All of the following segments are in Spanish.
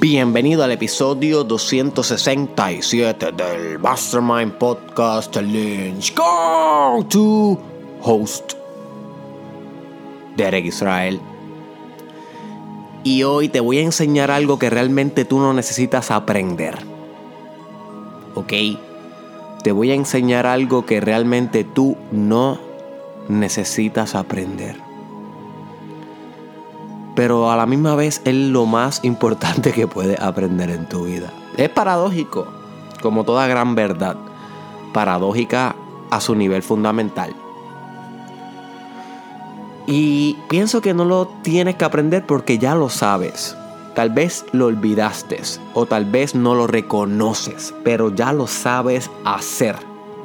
Bienvenido al episodio 267 del Mastermind Podcast Challenge con tu host, Derek Israel. Y hoy te voy a enseñar algo que realmente tú no necesitas aprender. ¿Ok? Te voy a enseñar algo que realmente tú no necesitas aprender. Pero a la misma vez es lo más importante que puedes aprender en tu vida. Es paradójico, como toda gran verdad. Paradójica a su nivel fundamental. Y pienso que no lo tienes que aprender porque ya lo sabes. Tal vez lo olvidaste o tal vez no lo reconoces, pero ya lo sabes hacer.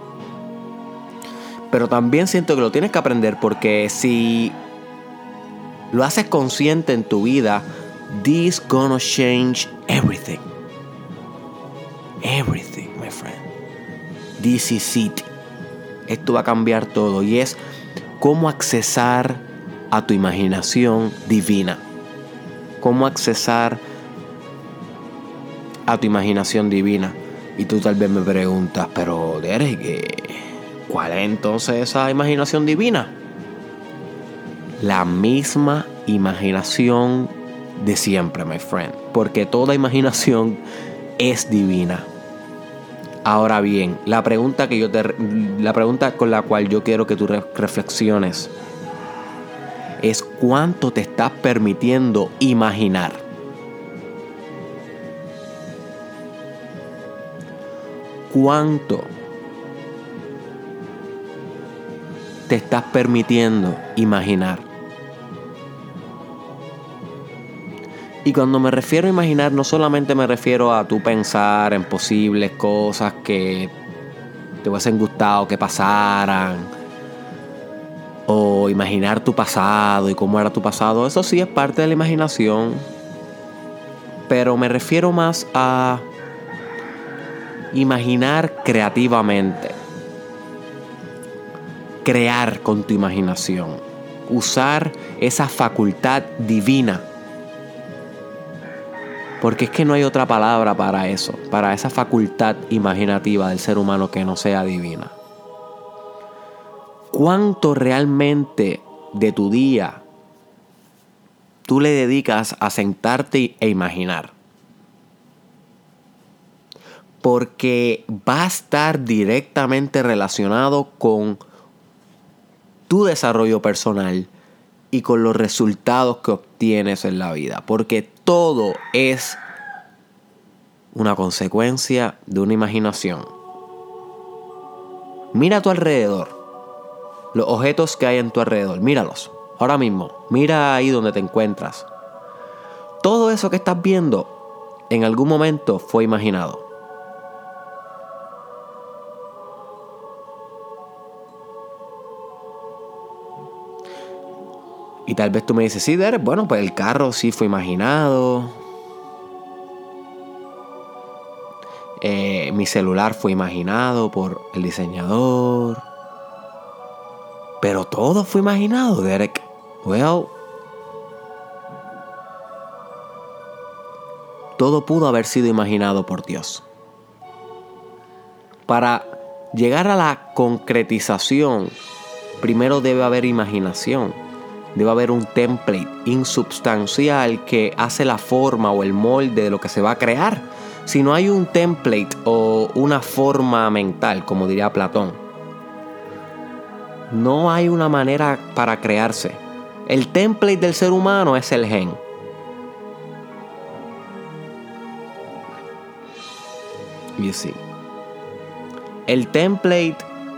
Pero también siento que lo tienes que aprender porque si lo haces consciente en tu vida, this gonna change everything. Everything, my friend. This is it. Esto va a cambiar todo y es cómo accesar a tu imaginación divina. Cómo accesar a tu imaginación divina. Y tú tal vez me preguntas, pero Derek, ¿cuál es entonces esa imaginación divina? La misma imaginación de siempre, my friend. Porque toda imaginación es divina. Ahora bien, la pregunta con la cual yo quiero que tú reflexiones es ¿cuánto te estás permitiendo imaginar? ¿Cuánto te estás permitiendo imaginar? Y cuando me refiero a imaginar, no solamente me refiero a tú pensar en posibles cosas que te hubiesen gustado que pasaran, o imaginar tu pasado y cómo era tu pasado. Eso sí es parte de la imaginación, pero me refiero más a imaginar creativamente. Crear con tu imaginación. Usar esa facultad divina. Porque es que no hay otra palabra para eso, para esa facultad imaginativa del ser humano que no sea divina. ¿Cuánto realmente de tu día tú le dedicas a sentarte e imaginar? Porque va a estar directamente relacionado con tu desarrollo personal y con los resultados que obtienes en la vida. Porque todo es una consecuencia de una imaginación. Mira a tu alrededor. Los objetos que hay en tu alrededor. Míralos. Ahora mismo. Mira ahí donde te encuentras. Todo eso que estás viendo en algún momento fue imaginado. Y tal vez tú me dices, sí, Derek, bueno, pues el carro sí fue imaginado. Mi celular fue imaginado por el diseñador. Pero todo fue imaginado, Derek. Well, todo pudo haber sido imaginado por Dios. Para llegar a la concretización, primero debe haber imaginación. Debe haber un template insubstancial que hace la forma o el molde de lo que se va a crear. Si no hay un template o una forma mental, como diría Platón, no hay una manera para crearse. El template del ser humano es el gen. You see. El template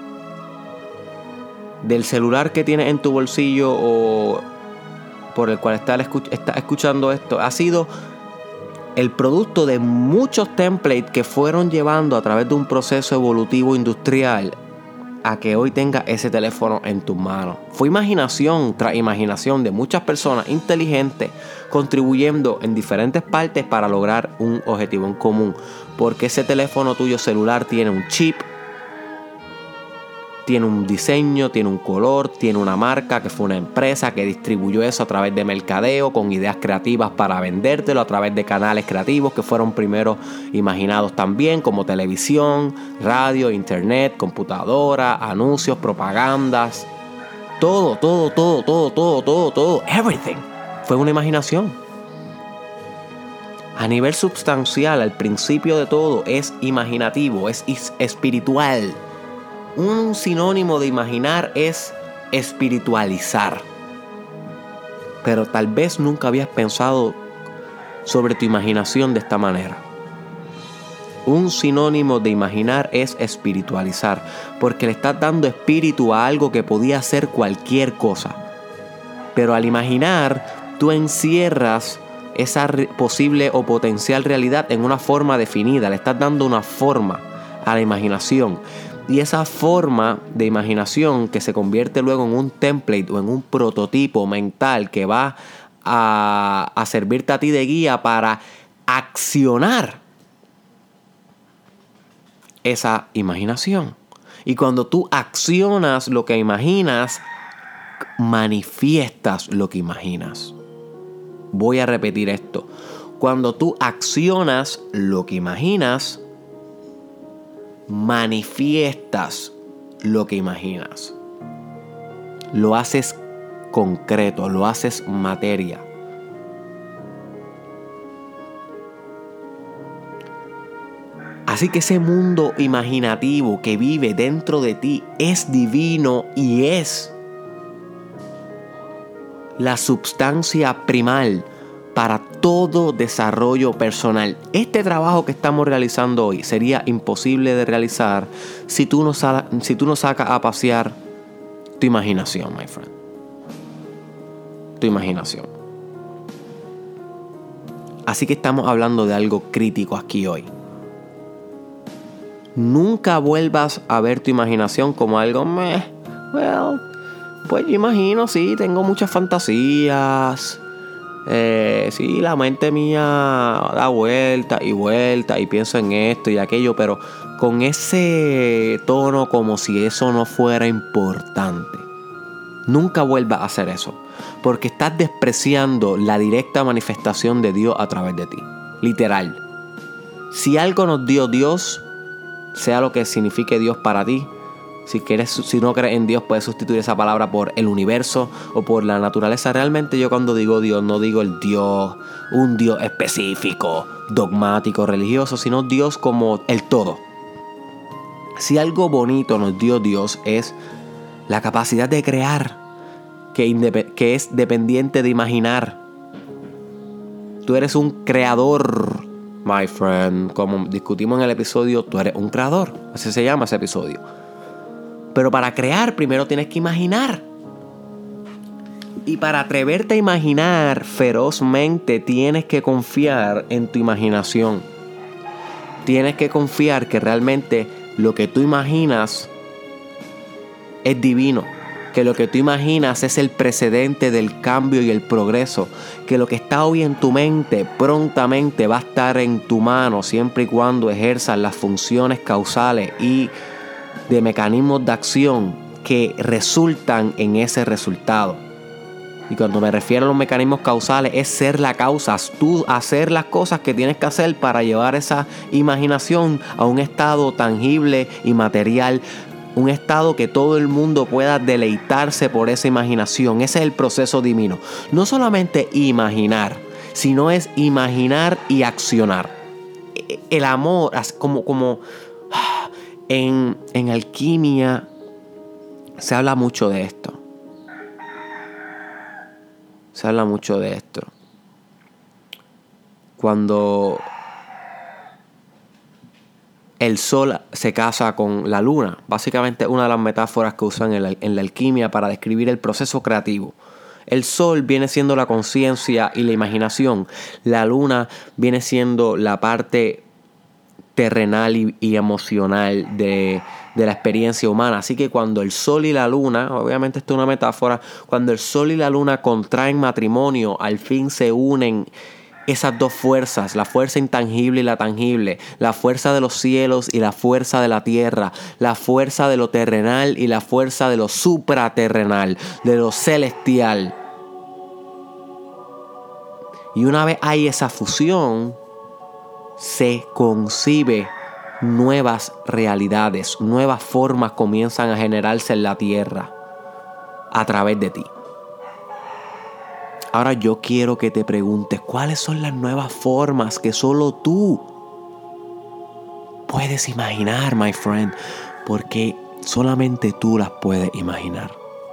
del celular que tienes en tu bolsillo o por el cual estás escuchando esto ha sido el producto de muchos templates que fueron llevando a través de un proceso evolutivo industrial a que hoy tenga ese teléfono en tus manos. Fue imaginación tras imaginación de muchas personas inteligentes contribuyendo en diferentes partes para lograr un objetivo en común. Porque ese teléfono tuyo celular tiene un chip, tiene un diseño, tiene un color, tiene una marca que fue una empresa que distribuyó eso a través de mercadeo con ideas creativas para vendértelo a través de canales creativos que fueron primero imaginados también como televisión, radio, internet, computadora, anuncios, propagandas. Todo, everything fue una imaginación. A nivel substancial, al principio de todo es imaginativo, es espiritual. Un sinónimo de imaginar es espiritualizar. Pero tal vez nunca habías pensado sobre tu imaginación de esta manera. Un sinónimo de imaginar es espiritualizar, porque le estás dando espíritu a algo que podía ser cualquier cosa. Pero al imaginar, tú encierras esa posible o potencial realidad en una forma definida. Le estás dando una forma a la imaginación. Y esa forma de imaginación que se convierte luego en un template o en un prototipo mental que va a servirte a ti de guía para accionar esa imaginación. Y cuando tú accionas lo que imaginas, manifiestas lo que imaginas. Voy a repetir esto. Cuando tú accionas lo que imaginas, manifiestas lo que imaginas. Lo haces concreto, lo haces materia. Así que ese mundo imaginativo que vive dentro de ti es divino y es la substancia primal para todo desarrollo personal. Este trabajo que estamos realizando hoy sería imposible de realizar si tú no sacas a pasear tu imaginación, my friend. Tu imaginación. Así que estamos hablando de algo crítico aquí hoy. Nunca vuelvas a ver tu imaginación como algo pues yo imagino, sí, tengo muchas fantasías. Sí, la mente mía da vuelta y pienso en esto y aquello, pero con ese tono como si eso no fuera importante. Nunca vuelvas a hacer eso, porque estás despreciando la directa manifestación de Dios a través de ti. Literal. Si algo nos dio Dios, sea lo que signifique Dios para ti, si no crees en Dios, puedes sustituir esa palabra por el universo o por la naturaleza. Realmente yo cuando digo Dios, no digo el Dios, un Dios específico, dogmático, religioso, sino Dios como el todo. Si algo bonito nos dio Dios es la capacidad de crear, que es dependiente de imaginar. Tú eres un creador, my friend. Como discutimos en el episodio, tú eres un creador. Así se llama ese episodio. Pero para crear primero tienes que imaginar. Y para atreverte a imaginar ferozmente tienes que confiar en tu imaginación. Tienes que confiar que realmente lo que tú imaginas es divino. Que lo que tú imaginas es el precedente del cambio y el progreso. Que lo que está hoy en tu mente prontamente va a estar en tu mano siempre y cuando ejerzas las funciones causales y de mecanismos de acción que resultan en ese resultado. Y cuando me refiero a los mecanismos causales, es ser la causa, tú hacer las cosas que tienes que hacer para llevar esa imaginación a un estado tangible y material, un estado que todo el mundo pueda deleitarse por esa imaginación. Ese es el proceso divino. No solamente imaginar, sino es imaginar y accionar. El amor, como en alquimia se habla mucho de esto. Se habla mucho de esto. Cuando el sol se casa con la luna, básicamente una de las metáforas que usan en la alquimia para describir el proceso creativo. El sol viene siendo la conciencia y la imaginación. La luna viene siendo la parte terrenal y emocional de la experiencia humana. Así que cuando el sol y la luna, obviamente esto es una metáfora, cuando el sol y la luna contraen matrimonio, al fin se unen esas dos fuerzas, la fuerza intangible y la tangible, la fuerza de los cielos y la fuerza de la tierra, la fuerza de lo terrenal y la fuerza de lo supraterrenal, de lo celestial. Y una vez hay esa fusión, se concibe nuevas realidades, nuevas formas comienzan a generarse en la tierra a través de ti. Ahora yo quiero que te preguntes, ¿cuáles son las nuevas formas que solo tú puedes imaginar, my friend? Porque solamente tú las puedes imaginar.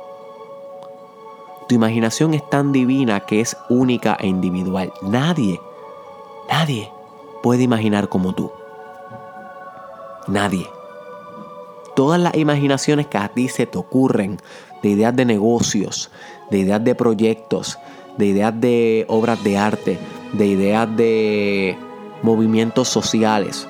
Tu imaginación es tan divina que es única e individual. Nadie puede imaginar como tú. Nadie. Todas las imaginaciones que a ti se te ocurren, de ideas de negocios, de ideas de proyectos, de ideas de obras de arte, de ideas de movimientos sociales.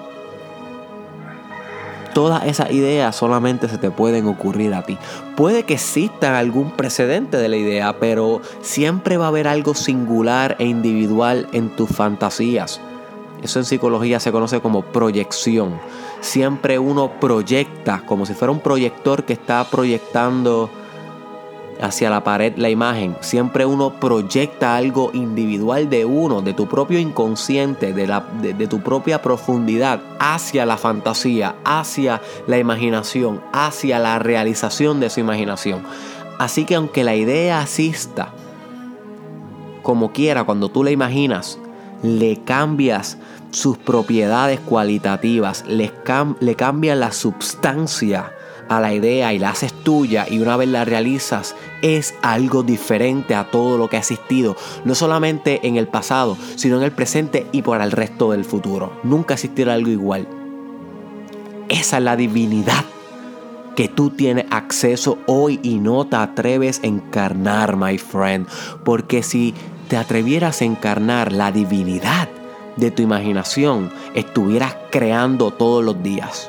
Todas esas ideas solamente se te pueden ocurrir a ti. Puede que exista algún precedente de la idea, pero siempre va a haber algo singular e individual en tus fantasías. Eso en psicología se conoce como proyección. Siempre uno proyecta, como si fuera un proyector que está proyectando hacia la pared la imagen. Siempre uno proyecta algo individual de uno, de tu propio inconsciente, de tu propia profundidad hacia la fantasía, hacia la imaginación, hacia la realización de su imaginación. Así que aunque la idea exista, como quiera, cuando tú la imaginas, le cambias sus propiedades cualitativas, le cambias la substancia a la idea y la haces tuya, y una vez la realizas es algo diferente a todo lo que ha existido, no solamente en el pasado, sino en el presente y para el resto del futuro. Nunca existirá algo igual. Esa es la divinidad que tú tienes acceso hoy y no te atreves a encarnar, my friend, porque si te atrevieras a encarnar la divinidad de tu imaginación, estuvieras creando todos los días.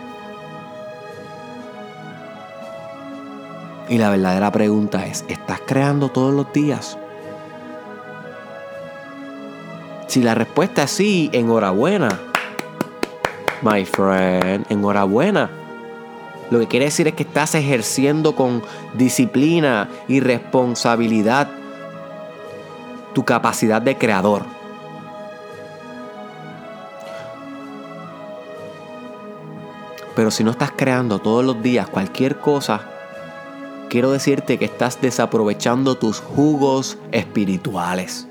Y la verdadera pregunta es, ¿estás creando todos los días? Si la respuesta es sí, enhorabuena, my friend, enhorabuena. Lo que quiere decir es que estás ejerciendo con disciplina y responsabilidad tu capacidad de creador. Pero si no estás creando todos los días cualquier cosa, quiero decirte que estás desaprovechando tus jugos espirituales.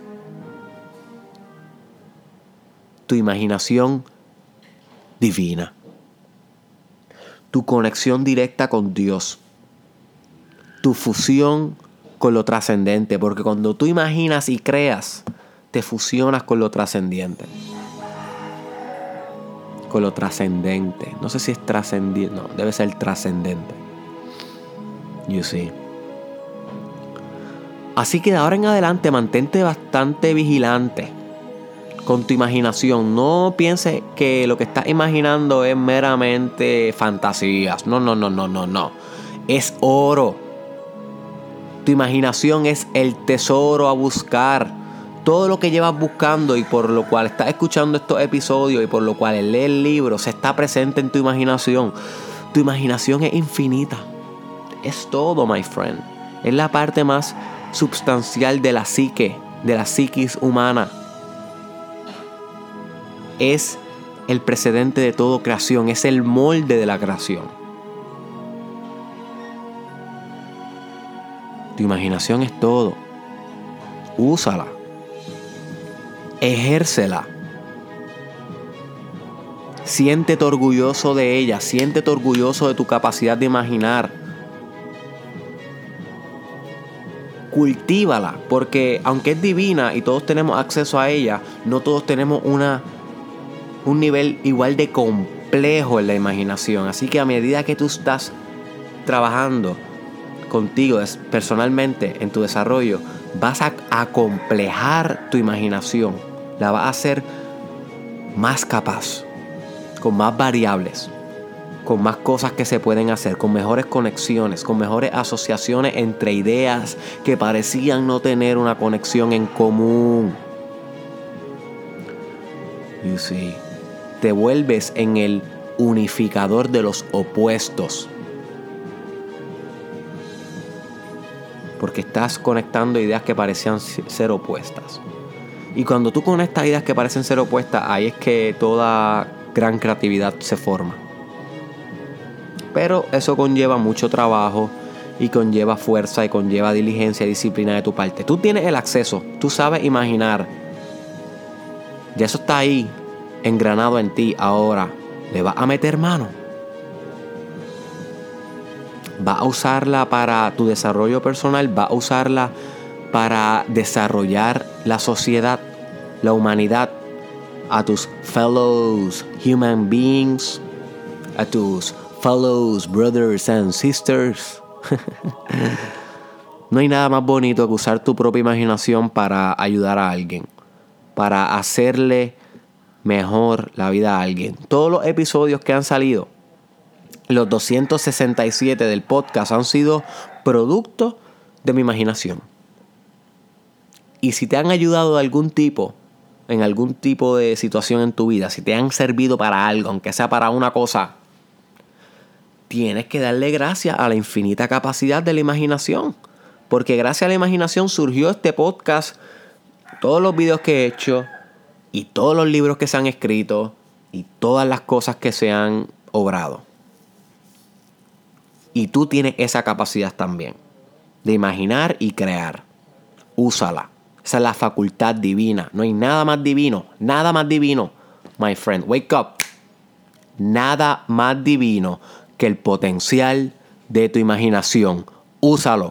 Tu imaginación divina. Tu conexión directa con Dios. Tu fusión con lo trascendente. Porque cuando tú imaginas y creas, te fusionas con lo trascendente. Con lo trascendente. No sé si es trascendente. No, debe ser trascendente. You see. Así que de ahora en adelante mantente bastante vigilante con tu imaginación. No pienses que lo que estás imaginando es meramente fantasías. No. Es oro. Tu imaginación es el tesoro a buscar. Todo lo que llevas buscando y por lo cual estás escuchando estos episodios y por lo cual lees el libro se está presente en tu imaginación. Tu imaginación es infinita. Es todo, my friend. Es la parte más substancial de la psique, de la psiquis humana. Es el precedente de toda creación. Es el molde de la creación. Tu imaginación es todo. Úsala. Ejércela. Siéntete orgulloso de ella. Siéntete orgulloso de tu capacidad de imaginar. Cultívala, porque aunque es divina y todos tenemos acceso a ella, no todos tenemos un nivel igual de complejo en la imaginación. Así que a medida que tú estás trabajando contigo personalmente en tu desarrollo, vas a acomplejar tu imaginación. La vas a hacer más capaz, con más variables, con más cosas que se pueden hacer, con mejores conexiones, con mejores asociaciones entre ideas que parecían no tener una conexión en común. You see. Te vuelves en el unificador de los opuestos. Porque estás conectando ideas que parecían ser opuestas. Y cuando tú conectas ideas que parecen ser opuestas, ahí es que toda gran creatividad se forma. Pero eso conlleva mucho trabajo y conlleva fuerza y conlleva diligencia y disciplina de tu parte. Tú tienes el acceso, tú sabes imaginar. Ya eso está ahí, engranado en ti. Ahora, ¿le vas a meter mano? ¿Vas a usarla para tu desarrollo personal? ¿Vas a usarla para desarrollar la sociedad, la humanidad, a tus fellows human beings, a tus fellows brothers and sisters? No hay nada más bonito que usar tu propia imaginación para ayudar a alguien, para hacerle mejor la vida a alguien. Todos los episodios que han salido, los 267 del podcast, han sido producto de mi imaginación. Y si te han ayudado de algún tipo, en algún tipo de situación en tu vida, si te han servido para algo, aunque sea para una cosa, tienes que darle gracias a la infinita capacidad de la imaginación. Porque gracias a la imaginación surgió este podcast, todos los videos que he hecho, y todos los libros que se han escrito, y todas las cosas que se han obrado. Y tú tienes esa capacidad también, de imaginar y crear. Úsala. Esa es la facultad divina. No hay nada más divino. Nada más divino. My friend, wake up. Nada más divino que el potencial de tu imaginación. Úsalo.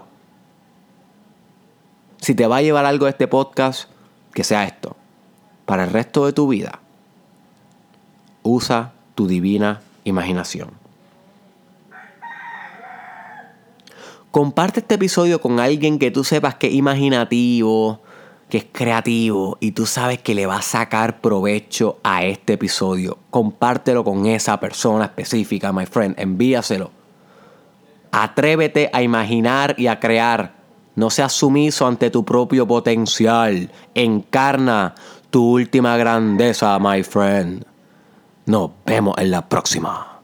Si te va a llevar algo de este podcast, que sea esto. Para el resto de tu vida, usa tu divina imaginación. Comparte este episodio con alguien que tú sepas que es imaginativo, que es creativo y tú sabes que le va a sacar provecho a este episodio. Compártelo con esa persona específica, my friend. Envíaselo. Atrévete a imaginar y a crear. No seas sumiso ante tu propio potencial. Encarna tu última grandeza, my friend. Nos vemos en la próxima.